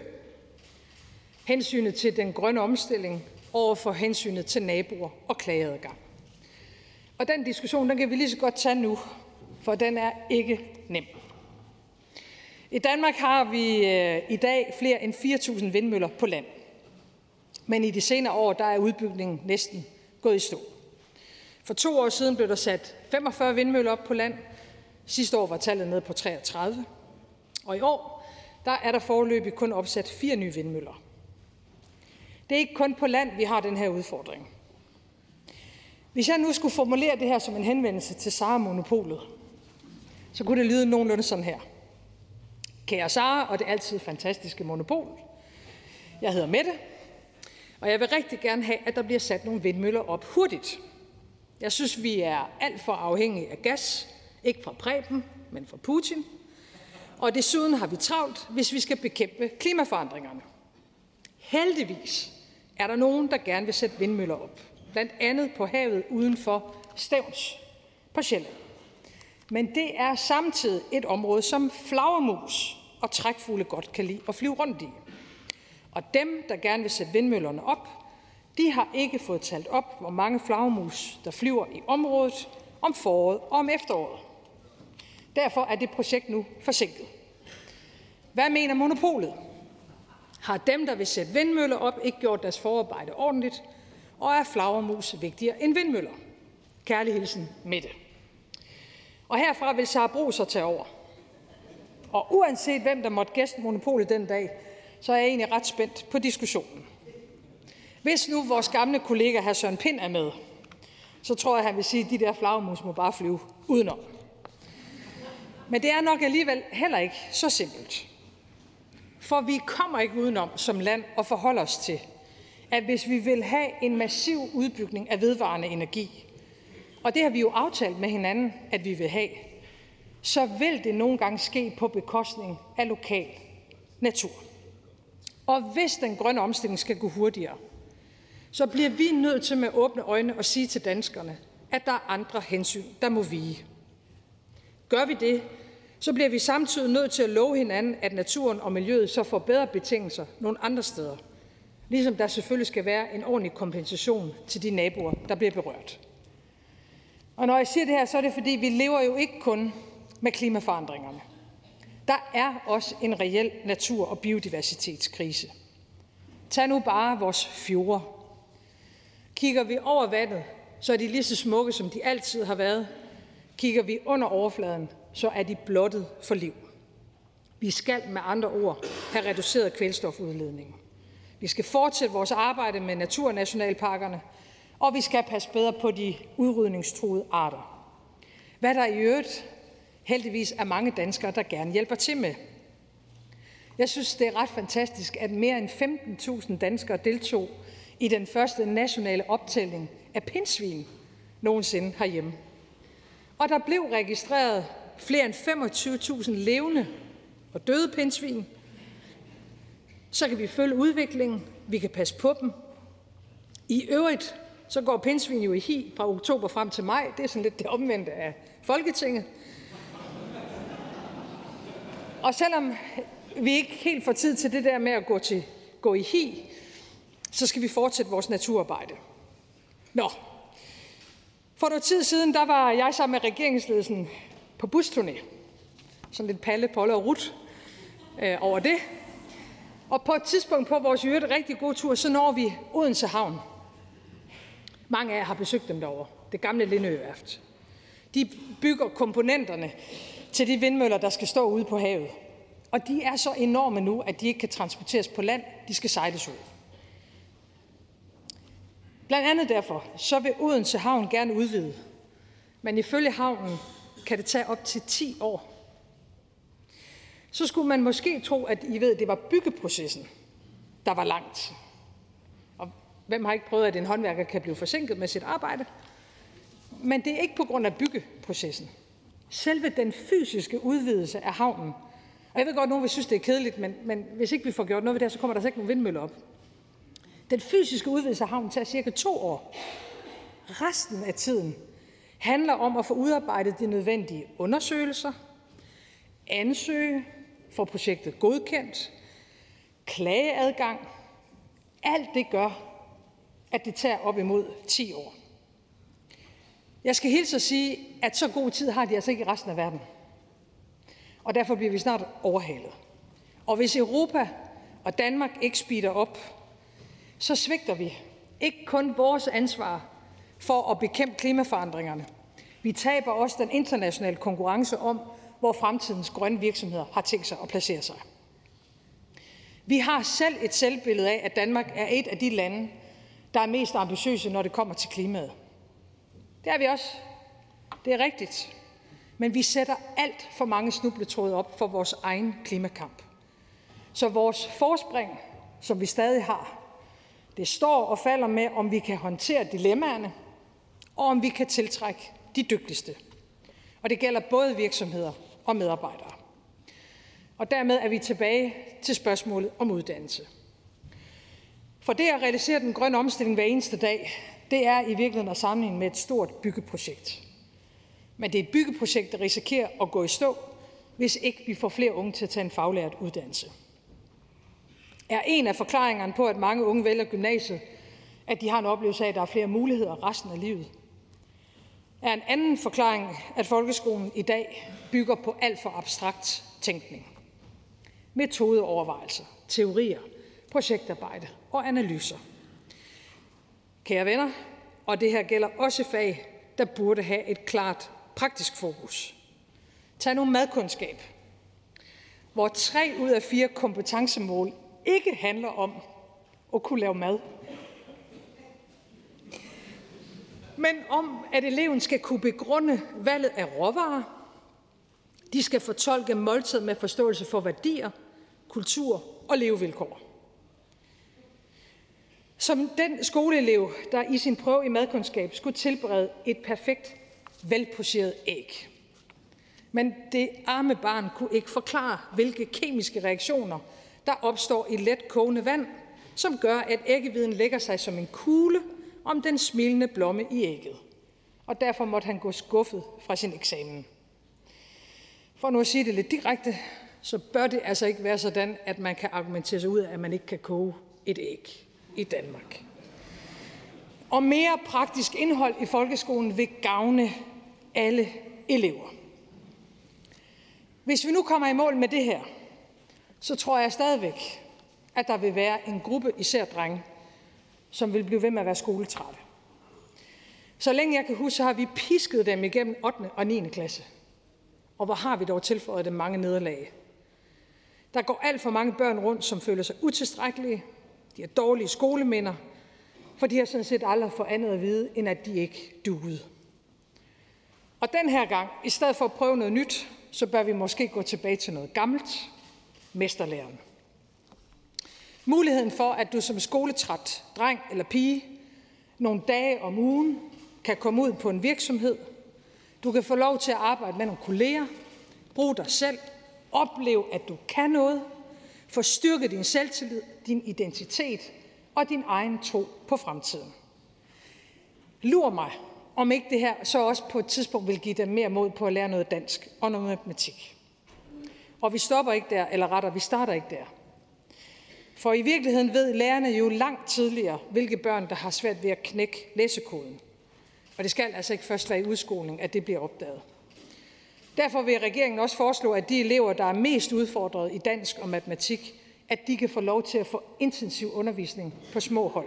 hensynet til den grønne omstilling, over for hensynet til naboer og klageadgang. Og den diskussion, den kan vi lige så godt tage nu, for den er ikke nem. I Danmark har vi i dag flere end 4.000 vindmøller på land. Men i de senere år, der er udbygningen næsten gået i stå. For 2 år siden blev der sat 45 vindmøller op på land. Sidste år var tallet nede på 33. Og i år, der er der foreløbig kun opsat 4 nye vindmøller. Det er ikke kun på land, vi har den her udfordring. Hvis jeg nu skulle formulere det her som en henvendelse til Sara Monopolet, så kunne det lyde nogenlunde sådan her. Kære Sara og det altid fantastiske Monopol. Jeg hedder Mette, og jeg vil rigtig gerne have, at der bliver sat nogle vindmøller op hurtigt. Jeg synes, vi er alt for afhængige af gas, ikke fra Preben, men fra Putin. Og desuden har vi travlt, hvis vi skal bekæmpe klimaforandringerne. Heldigvis er der nogen, der gerne vil sætte vindmøller op. Blandt andet på havet uden for Stevns på Sjælland. Men det er samtidig et område, som flagermus og trækfugle godt kan lide at flyve rundt i. Og dem, der gerne vil sætte vindmøllerne op, de har ikke fået talt op, hvor mange flagermus, der flyver i området om foråret og om efteråret. Derfor er det projekt nu forsinket. Hvad mener Monopolet? Har dem, der vil sætte vindmøller op, ikke gjort deres forarbejde ordentligt? Og er flagermus vigtigere end vindmøller? Kærlig hilsen, Mette. Og herfra vil Sara Bro så tage over. Og uanset hvem, der måtte gæste Monopolet den dag, så er jeg egentlig ret spændt på diskussionen. Hvis nu vores gamle kollega hr. Søren Pind er med, så tror jeg, han vil sige, at de der flagermus må bare flyve udenom. Men det er nok alligevel heller ikke så simpelt. For vi kommer ikke udenom som land at forholde os til, at hvis vi vil have en massiv udbygning af vedvarende energi, og det har vi jo aftalt med hinanden, at vi vil have, så vil det nogle gange ske på bekostning af lokal natur. Og hvis den grønne omstilling skal gå hurtigere, så bliver vi nødt til med åbne øjne at sige til danskerne, at der er andre hensyn, der må vige. Gør vi det, så bliver vi samtidig nødt til at love hinanden, at naturen og miljøet så får bedre betingelser nogle andre steder. Ligesom der selvfølgelig skal være en ordentlig kompensation til de naboer, der bliver berørt. Og når jeg siger det her, så er det fordi, vi lever jo ikke kun med klimaforandringerne. Der er også en reel natur- og biodiversitetskrise. Tag nu bare vores fjorde. Kigger vi over vandet, så er de lige så smukke, som de altid har været. Kigger vi under overfladen, så er de blottet for liv. Vi skal med andre ord have reduceret kvælstofudledningen. Vi skal fortsætte vores arbejde med naturnationalparkerne, og vi skal passe bedre på de udrydningstruede arter. Hvad der i øvrigt heldigvis er mange danskere, der gerne hjælper til med. Jeg synes, det er ret fantastisk, at mere end 15.000 danskere deltog i den første nationale optælling af pindsvin nogensinde herhjemme. Og der blev registreret flere end 25.000 levende og døde pindsvin. Så kan vi følge udviklingen, vi kan passe på dem. I øvrigt så går pindsvin jo i hi fra oktober frem til maj. Det er sådan lidt det omvendte af Folketinget. Og selvom vi ikke helt får tid til det der med at gå i hi, så skal vi fortsætte vores naturarbejde. Nå, for noget tid siden, der var jeg sammen med regeringsledelsen på busturné. Sådan lidt Palle, Polle og Ruth over det. Og på et tidspunkt på vores rigtig gode tur, så når vi Odense Havn. Mange af jer har besøgt dem derovre. Det gamle Lindøværft. De bygger komponenterne til de vindmøller, der skal stå ude på havet. Og de er så enorme nu, at de ikke kan transporteres på land. De skal sejles ud. Blandt andet derfor, så vil Odense Havn gerne udvide. Men ifølge havnen kan det tage op til 10 år. Så skulle man måske tro, at det var byggeprocessen, der var langt. Og hvem har ikke prøvet, at en håndværker kan blive forsinket med sit arbejde? Men det er ikke på grund af byggeprocessen. Selve den fysiske udvidelse af havnen. Og jeg ved godt, at nogen vil synes, det er kedeligt, men hvis ikke vi får gjort noget ved det, så kommer der altså ikke nogen vindmøller op. Den fysiske udvidelse af havnen tager cirka 2 år. Resten af tiden handler om at få udarbejdet de nødvendige undersøgelser, ansøge, få projektet godkendt, klageadgang. Alt det gør, at det tager op imod 10 år. Jeg skal hilse at sige, at så god tid har de altså ikke i resten af verden. Og derfor bliver vi snart overhalet. Og hvis Europa og Danmark ikke speeder op, så svigter vi ikke kun vores ansvar for at bekæmpe klimaforandringerne. Vi taber også den internationale konkurrence om, hvor fremtidens grønne virksomheder har tænkt sig at placere sig. Vi har selv et selvbillede af, at Danmark er et af de lande, der er mest ambitiøse, når det kommer til klimaet. Det er vi også. Det er rigtigt. Men vi sætter alt for mange snubletråde op for vores egen klimakamp. Så vores forspring, som vi stadig har, det står og falder med, om vi kan håndtere dilemmaerne, og om vi kan tiltrække de dygtigste. Og det gælder både virksomheder og medarbejdere. Og dermed er vi tilbage til spørgsmålet om uddannelse. For det at realisere den grønne omstilling hver eneste dag, det er i virkeligheden at sammenligne med et stort byggeprojekt. Men det er et byggeprojekt, der risikerer at gå i stå, hvis ikke vi får flere unge til at tage en faglært uddannelse. Er en af forklaringerne på, at mange unge vælger gymnasiet, at de har en oplevelse af, at der er flere muligheder resten af livet? Er en anden forklaring, at folkeskolen i dag bygger på alt for abstrakt tænkning? Metodeovervejelser, teorier, projektarbejde og analyser. Kære venner, og det her gælder også fag, der burde have et klart praktisk fokus. Tag nu madkundskab, hvor 3 ud af 4 kompetencemål ikke handler om at kunne lave mad, men om, at eleven skal kunne begrunde valget af råvarer. De skal fortolke måltid med forståelse for værdier, kultur og levevilkår. Som den skoleelev, der i sin prøve i madkundskab skulle tilberede et perfekt, velpocheret æg. Men det arme barn kunne ikke forklare, hvilke kemiske reaktioner, der opstår i let kogende vand, som gør, at æggehviden lægger sig som en kugle om den smilende blomme i ægget. Og derfor måtte han gå skuffet fra sin eksamen. For nu at sige det lidt direkte, så bør det altså ikke være sådan, at man kan argumentere sig ud af, at man ikke kan koge et æg i Danmark. Og mere praktisk indhold i folkeskolen vil gavne alle elever. Hvis vi nu kommer i mål med det her, så tror jeg stadigvæk, at der vil være en gruppe, især drenge, som vil blive ved med at være skoletrætte. Så længe jeg kan huske, så har vi pisket dem igennem 8. og 9. klasse. Og hvor har vi dog tilføjet dem mange nederlag. Der går alt for mange børn rundt, som føler sig utilstrækkelige. De har dårlige skoleminder, for de har sådan set aldrig fået andet at vide, end at de ikke duede. Og den her gang, i stedet for at prøve noget nyt, så bør vi måske gå tilbage til noget gammelt. Mesterlæren. Muligheden for, at du som skoletræt dreng eller pige nogle dage om ugen kan komme ud på en virksomhed. Du kan få lov til at arbejde med nogle kolleger, bruge dig selv, opleve, at du kan noget, få styrket din selvtillid, din identitet og din egen tro på fremtiden. Lur mig, om ikke det her så også på et tidspunkt vil give dem mere mod på at lære noget dansk og noget matematik. Og vi stopper ikke der, eller rettere, vi starter ikke der. For i virkeligheden ved lærerne jo langt tidligere, hvilke børn, der har svært ved at knække læsekoden. Og det skal altså ikke først være i udskoling, at det bliver opdaget. Derfor vil regeringen også foreslå, at de elever, der er mest udfordret i dansk og matematik, at de kan få lov til at få intensiv undervisning på små hold.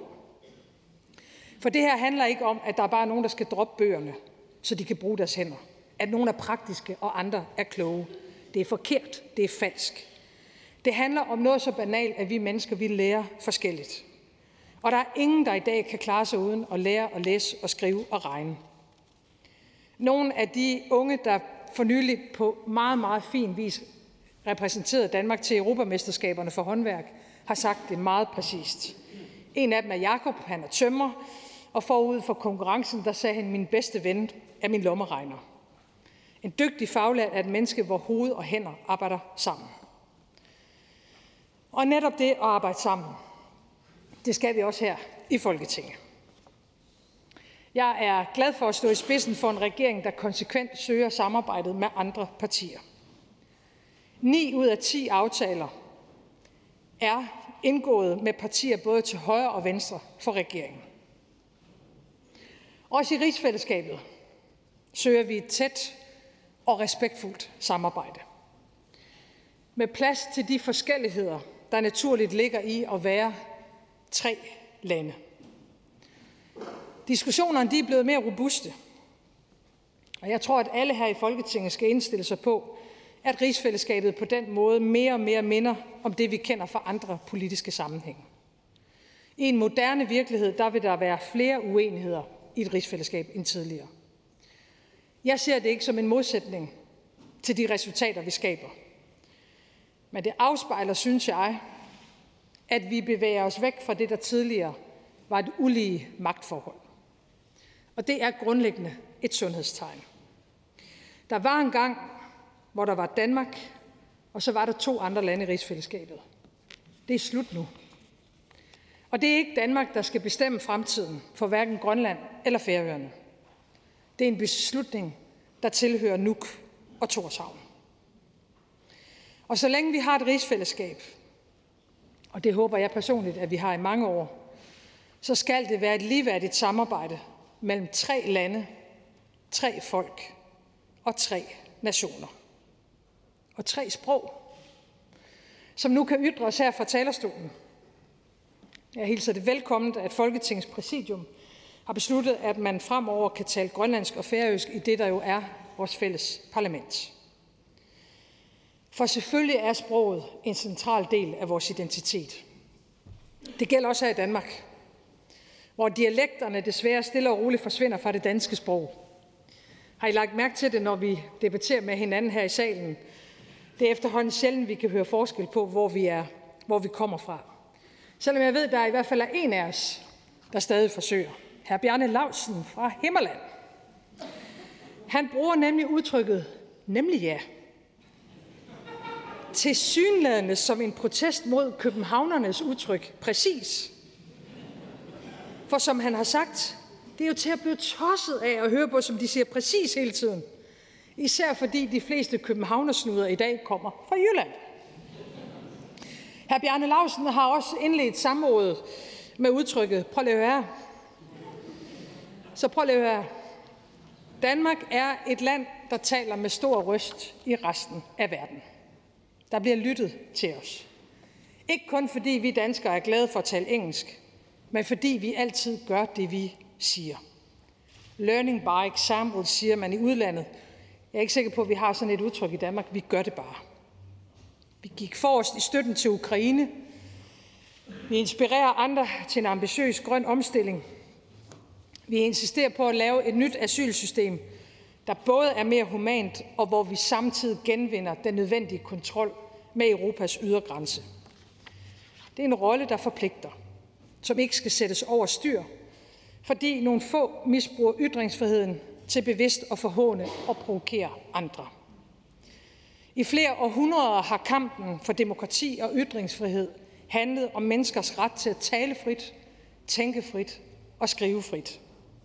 For det her handler ikke om, at der er bare nogen, der skal droppe bøgerne, så de kan bruge deres hænder. At nogen er praktiske, og andre er kloge. Det er forkert, det er falsk. Det handler om noget så banalt, at vi mennesker, vi lærer forskelligt. Og der er ingen, der i dag kan klare sig uden at lære at læse og skrive og regne. Nogle af de unge, der for nylig på meget, meget fin vis repræsenterede Danmark til Europamesterskaberne for håndværk, har sagt det meget præcist. En af dem er Jakob, han er tømrer, og forud for konkurrencen, der sagde han, min bedste ven er min lommeregner. En dygtig faglært er et menneske, hvor hoved og hænder arbejder sammen. Og netop det at arbejde sammen, det skal vi også her i Folketinget. Jeg er glad for at stå i spidsen for en regering, der konsekvent søger samarbejdet med andre partier. 9 ud af 10 aftaler er indgået med partier både til højre og venstre for regeringen. Også i rigsfællesskabet søger vi et tæt og respektfuldt samarbejde. Med plads til de forskelligheder, der naturligt ligger i at være 3 lande. Diskussionerne er blevet mere robuste, og jeg tror, at alle her i Folketinget skal indstille sig på, at rigsfællesskabet på den måde mere og mere minder om det, vi kender fra andre politiske sammenhænge. I en moderne virkelighed, der vil der være flere uenigheder i et rigsfællesskab end tidligere. Jeg ser det ikke som en modsætning til de resultater, vi skaber. Men det afspejler, synes jeg, at vi bevæger os væk fra det, der tidligere var et ulige magtforhold. Og det er grundlæggende et sundhedstegn. Der var en gang, hvor der var Danmark, og så var der 2 andre lande i rigsfællesskabet. Det er slut nu. Og det er ikke Danmark, der skal bestemme fremtiden for hverken Grønland eller Færøerne. Det er en beslutning, der tilhører Nuuk og Tórshavn. Og så længe vi har et rigsfællesskab, og det håber jeg personligt, at vi har i mange år, så skal det være et ligeværdigt samarbejde mellem 3 lande, 3 folk og 3 nationer. Og 3 sprog, som nu kan ytres her fra talerstolen. Jeg hilser det velkomment, at Folketingets præsidium har besluttet, at man fremover kan tale grønlandsk og færøsk i det, der jo er vores fælles parlament. For selvfølgelig er sproget en central del af vores identitet. Det gælder også her i Danmark, hvor dialekterne desværre stille og roligt forsvinder fra det danske sprog. Har I lagt mærke til det, når vi debatterer med hinanden her i salen? Det er efterhånden sjældent, vi kan høre forskel på, hvor vi kommer fra. Selvom jeg ved, at der i hvert fald er en af os, der stadig forsøger. Hr. Bjarne Laustsen fra Himmerland. Han bruger nemlig udtrykket, nemlig ja, tilsyneladende som en protest mod københavnernes udtryk, præcis. For som han har sagt, det er jo til at blive tosset af at høre på, som de siger præcis hele tiden. Især fordi de fleste københavnersnuder i dag kommer fra Jylland. Hr. Bjarne Laustsen har også indledt samrådet med udtrykket, prøv lige at høre. Så prøv lige at høre. Danmark er et land der taler med stor røst i resten af verden. Der bliver lyttet til os. Ikke kun fordi vi danskere er glade for at tale engelsk, men fordi vi altid gør det, vi siger. Learning by example, siger man i udlandet. Jeg er ikke sikker på, at vi har sådan et udtryk i Danmark. Vi gør det bare. Vi gik forrest i støtten til Ukraine. Vi inspirerer andre til en ambitiøs grøn omstilling. Vi insisterer på at lave et nyt asylsystem, der både er mere humant, og hvor vi samtidig genvinder den nødvendige kontrol med Europas ydergrænse. Det er en rolle, der forpligter, som ikke skal sættes over styr, fordi nogle få misbruger ytringsfriheden til bevidst at forhåne og provokere andre. I flere århundreder har kampen for demokrati og ytringsfrihed handlet om menneskers ret til at tale frit, tænke frit og skrive frit.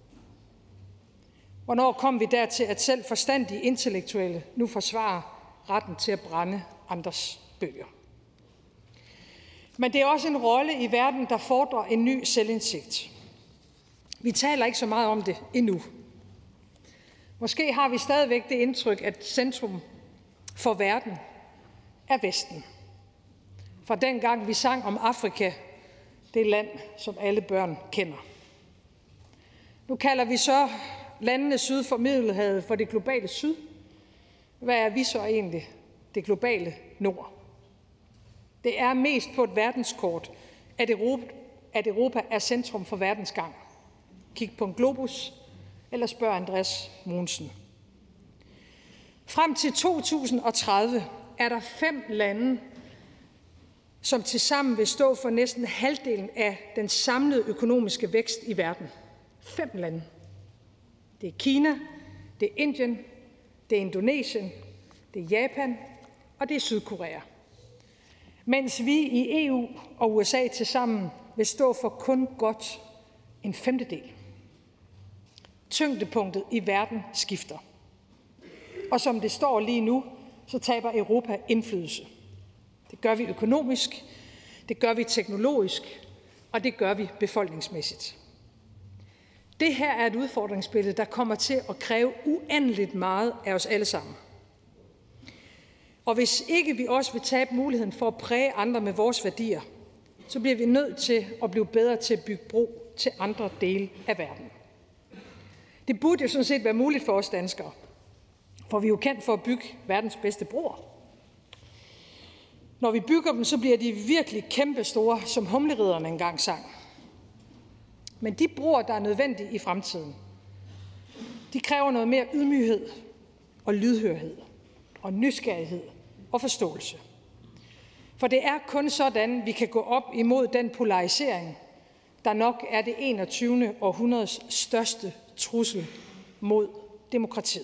Hvornår kom vi dertil, at selv forstandige intellektuelle nu forsvarer retten til at brænde andres bøger? Men det er også en rolle i verden, der fordrer en ny selvindsigt. Vi taler ikke så meget om det endnu. Måske har vi stadigvæk det indtryk, at centrum for verden er Vesten. Fra dengang vi sang om Afrika, det land, som alle børn kender. Nu kalder vi så landene syd for Middelhavet for det globale syd. Hvad er vi så egentlig? Det globale nord. Det er mest på et verdenskort, at Europa er centrum for verdens gang. Kig på en globus, eller spørg Andreas Mogensen. Frem til 2030 er der 5 lande, som tilsammen vil stå for næsten halvdelen af den samlede økonomiske vækst i verden. 5 lande. Det er Kina, det er Indien, det er Indonesien, det er Japan og det er Sydkorea. Mens vi i EU og USA tilsammen vil stå for kun godt en 1/5. Tyngdepunktet i verden skifter. Og som det står lige nu, så taber Europa indflydelse. Det gør vi økonomisk, det gør vi teknologisk, og det gør vi befolkningsmæssigt. Det her er et udfordringsbillede, der kommer til at kræve uendeligt meget af os alle sammen. Og hvis ikke vi også vil tabe muligheden for at præge andre med vores værdier, så bliver vi nødt til at blive bedre til at bygge bro til andre dele af verden. Det burde jo sådan set være muligt for os danskere, for vi er jo kendt for at bygge verdens bedste broer. Når vi bygger dem, så bliver de virkelig kæmpestore, som Humleridderne engang sang. Men de broer, der er nødvendige i fremtiden, de kræver noget mere ydmyghed og lydhørhed og nysgerrighed og forståelse. For det er kun sådan, vi kan gå op imod den polarisering, der nok er det 21. århundredes største trussel mod demokratiet.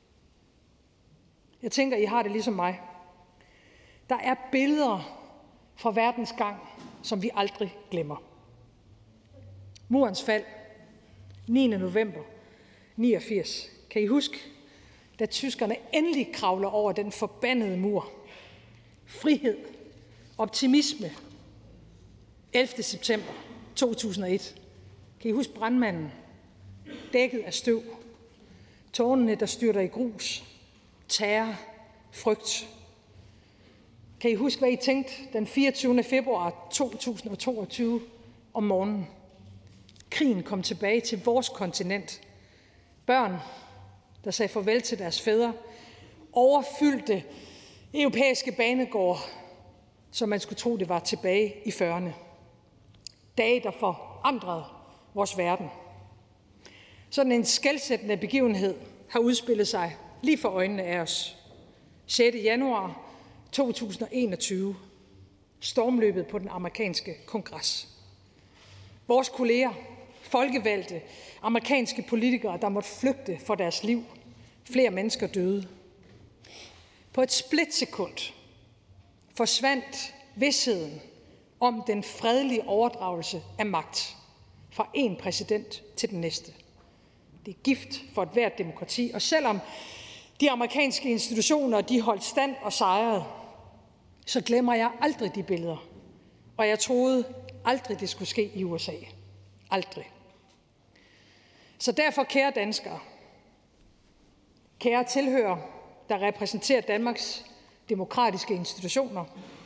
Jeg tænker, I har det ligesom mig. Der er billeder fra verdens gang, som vi aldrig glemmer. Murens fald, 9. november 89. Kan I huske, da tyskerne endelig kravler over den forbandede mur? Frihed, optimisme. 11. september 2001. Kan I huske brandmanden? Dækket af støv. Tårnene, der styrter i grus. Terror, frygt. Kan I huske, hvad I tænkte den 24. februar 2022 om morgenen? Krigen kom tilbage til vores kontinent. Børn, der sagde farvel til deres fædre, overfyldte europæiske banegårde, som man skulle tro, det var tilbage i 40'erne. Dage, der forandrede vores verden. Sådan en skelsættende begivenhed har udspillet sig lige for øjnene af os. 6. januar 2021. Stormløbet på den amerikanske kongres. Vores kolleger, folkevalgte, amerikanske politikere, der måtte flygte for deres liv. Flere mennesker døde. På et splitsekund forsvandt visheden om den fredelige overdragelse af magt fra en præsident til den næste. Det er gift for ethvert demokrati, og selvom de amerikanske institutioner de holdt stand og sejrede, så glemmer jeg aldrig de billeder. Og jeg troede aldrig, det skulle ske i USA. Aldrig. Så derfor, kære danskere, Kære tilhørere, der repræsenterer Danmarks demokratiske institutioner.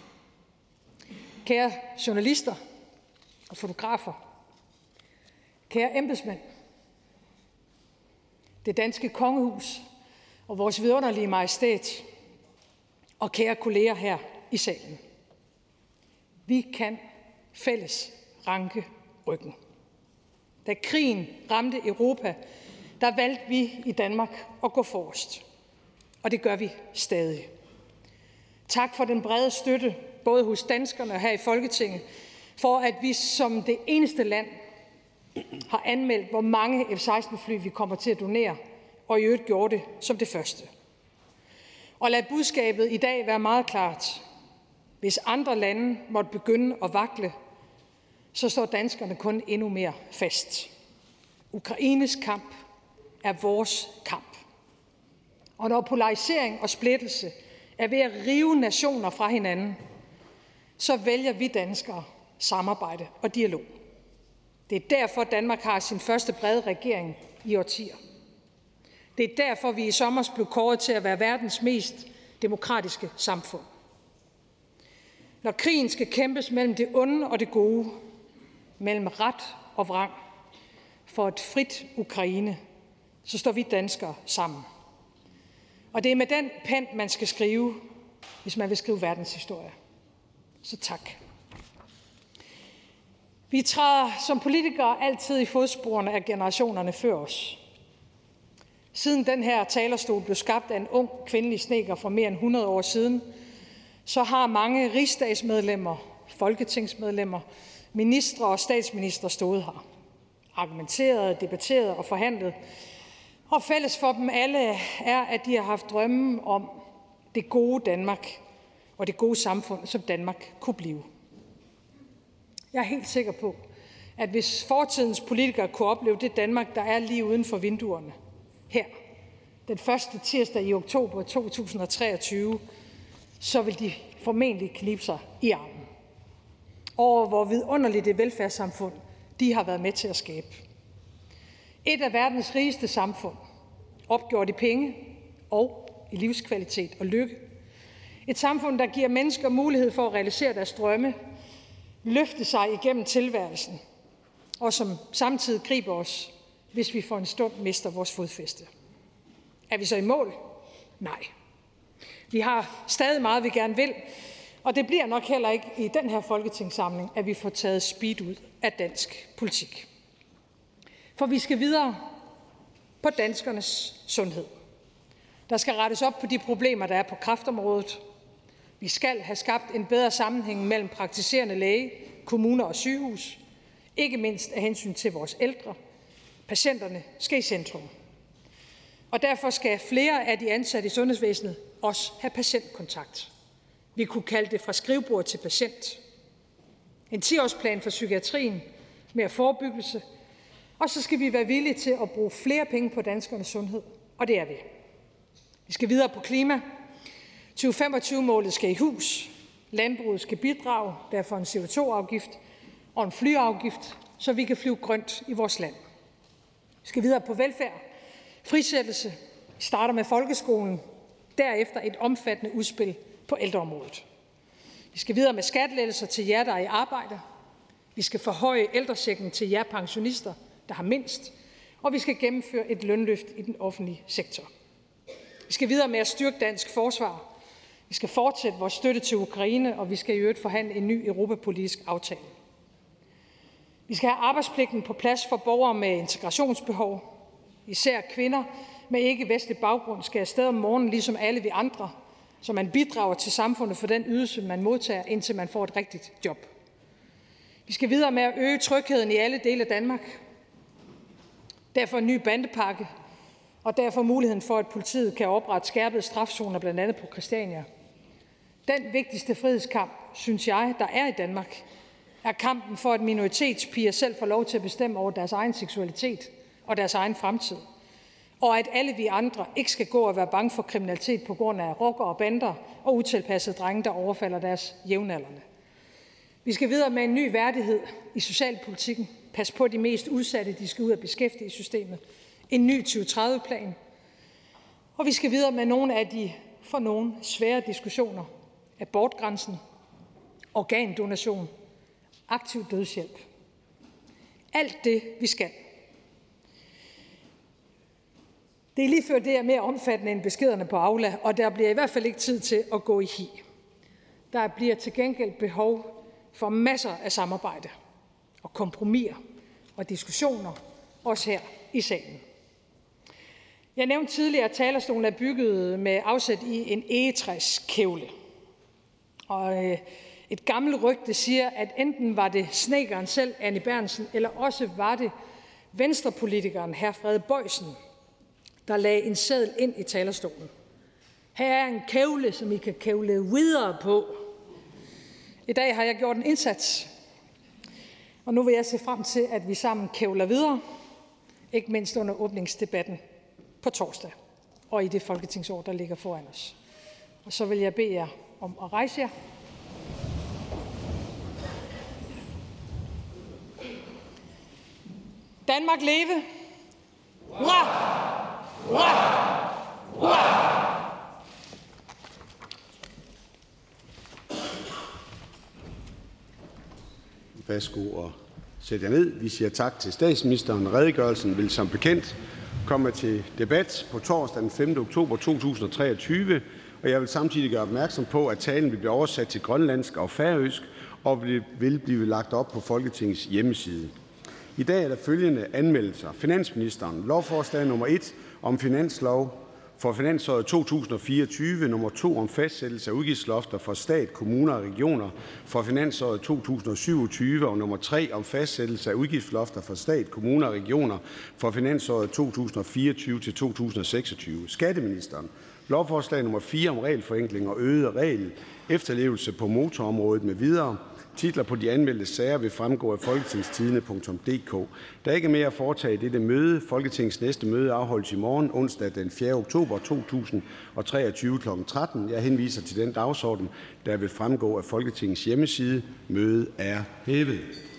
Kære journalister og fotografer. Kære embedsmænd. Det danske kongehus og vores vidunderlige majestæt. Og kære kolleger her i salen. Vi kan fælles ranke ryggen. Da krigen ramte Europa, der valgte vi i Danmark at gå forrest. Og det gør vi stadig. Tak for den brede støtte, både hos danskerne og her i Folketinget, for at vi som det eneste land har anmeldt, hvor mange F-16-fly vi kommer til at donere, og i øvrigt gjorde det som det første. Og lad budskabet i dag være meget klart. Hvis andre lande måtte begynde at vakle, så står danskerne kun endnu mere fast. Ukraines kamp er vores kamp. Og når polarisering og splittelse er ved at rive nationer fra hinanden, så vælger vi danskere samarbejde og dialog. Det er derfor, Danmark har sin første brede regering i årtier. Det er derfor, vi i sommer blev kåret til at være verdens mest demokratiske samfund. Når krigen skal kæmpes mellem det onde og det gode, mellem ret og vrang, for et frit Ukraine, så står vi danskere sammen. Og det er med den pen, man skal skrive, hvis man vil skrive verdenshistorie. Så tak. Vi træder som politikere altid i fodsporene af generationerne før os. Siden den her talerstol blev skabt af en ung kvindelig snedker for mere end 100 år siden, så har mange rigsdagsmedlemmer, folketingsmedlemmer, ministre og statsministre stået her. Argumenteret, debatteret og forhandlet. Og fælles for dem alle er, at de har haft drømme om det gode Danmark og det gode samfund, som Danmark kunne blive. Jeg er helt sikker på, at hvis fortidens politikere kunne opleve det Danmark, der er lige uden for vinduerne, her, den første tirsdag i oktober 2023, så vil de formentlig knibe sig i armen over, hvor vidunderligt det velfærdssamfund, de har været med til at skabe. Et af verdens rigeste samfund, opgjort i penge og i livskvalitet og lykke. Et samfund, der giver mennesker mulighed for at realisere deres drømme, løfte sig igennem tilværelsen, og som samtidig griber os, hvis vi for en stund mister vores fodfæste. Er vi så i mål? Nej. Vi har stadig meget, vi gerne vil, og det bliver nok heller ikke i den her folketingssamling, at vi får taget speed ud af dansk politik. For vi skal videre på danskernes sundhed. Der skal rettes op på de problemer, der er på kræftområdet. Vi skal have skabt en bedre sammenhæng mellem praktiserende læge, kommuner og sygehus, ikke mindst af hensyn til vores ældre. Patienterne skal i centrum. Og derfor skal flere af de ansatte i sundhedsvæsenet også have patientkontakt. Vi kunne kalde det fra skrivebord til patient. En 10-årsplan for psykiatrien, mere forebyggelse, og så skal vi være villige til at bruge flere penge på danskernes sundhed, og det er vi. Vi skal videre på klima. 2025-målet skal i hus. Landbruget skal bidrage, derfor en CO2-afgift og en flyafgift, så vi kan flyve grønt i vores land. Vi skal videre på velfærd. Frisættelse. Vi starter med folkeskolen. Derefter et omfattende udspil på ældreområdet. Vi skal videre med skattelettelser til jer, der er i arbejde. Vi skal forhøje ældrechecken til jer pensionister, der har mindst. Og vi skal gennemføre et lønløft i den offentlige sektor. Vi skal videre med at styrke dansk forsvar. Vi skal fortsætte vores støtte til Ukraine, og vi skal i øvrigt forhandle en ny europapolitisk aftale. Vi skal have arbejdspligten på plads for borgere med integrationsbehov. Især kvinder med ikke-vestlig baggrund skal afsted om morgenen, ligesom alle vi andre, så man bidrager til samfundet for den ydelse, man modtager, indtil man får et rigtigt job. Vi skal videre med at øge trygheden i alle dele af Danmark. Derfor en ny bandepakke, og derfor muligheden for, at politiet kan oprette skærpede strafzoner, blandt andet på Christiania. Den vigtigste frihedskamp, synes jeg, der er i Danmark, er kampen for, at minoritetspiger selv får lov til at bestemme over deres egen seksualitet og deres egen fremtid. Og at alle vi andre ikke skal gå og være bange for kriminalitet på grund af rockere og bander og utilpassede drenge, der overfalder deres jævnaldrende. Vi skal videre med en ny værdighed i socialpolitikken. Pas på de mest udsatte, de skal ud af beskæftigelsessystemet. En ny 2030-plan. Og vi skal videre med nogle af de for nogle svære diskussioner. Abortgrænsen, organdonation, aktiv dødshjælp. Alt det, vi skal. Det er lige før det er mere omfattende end beskederne på Aula, og der bliver i hvert fald ikke tid til at gå i hi. Der bliver til gengæld behov for masser af samarbejde og kompromiser og diskussioner, også her i salen. Jeg nævnte tidligere, at talerstolen er bygget med afsæt i en egetræskævle. Og et gammelt rygte siger, at enten var det snedkeren selv, Anne Berntsen, eller også var det venstrepolitikeren hr. Frede Bojsen, der lagde en seddel ind i talerstolen. Her er en kævle, som I kan kævle videre på. I dag har jeg gjort en indsats, og nu vil jeg se frem til, at vi sammen kævler videre, ikke mindst under åbningsdebatten på torsdag og i det folketingsår, der ligger foran os. Og så vil jeg bede jer om at rejse jer. Danmark leve! Hurra! Hurra! Hurra! Værsgo og sæt jer ned. Vi siger tak til statsministeren. Redegørelsen vil som bekendt komme til debat på torsdag den 5. oktober 2023, og jeg vil samtidig gøre opmærksom på, at talen vil blive oversat til grønlandsk og færøsk og vil blive lagt op på Folketingets hjemmeside. I dag er der følgende anmeldelser. Finansministeren. Lovforslag nummer 1 om finanslov for finansåret 2024, nummer 2 om fastsættelse af udgiftslofter for stat, kommuner og regioner for finansåret 2027 og nummer 3 om fastsættelse af udgiftslofter for stat, kommuner og regioner for finansåret 2024 til 2026. Skatteministeren. Lovforslag nummer 4 om regelforenkling og øget regel efterlevelse på motorområdet med videre. Titler på de anmeldte sager vil fremgå af folketingstidende.dk. Der er ikke mere at foretage i dette møde. Folketingets næste møde afholdes i morgen, onsdag den 4. oktober 2023 kl. 13. Jeg henviser til den dagsorden, der vil fremgå af Folketingets hjemmeside. Mødet er hævet.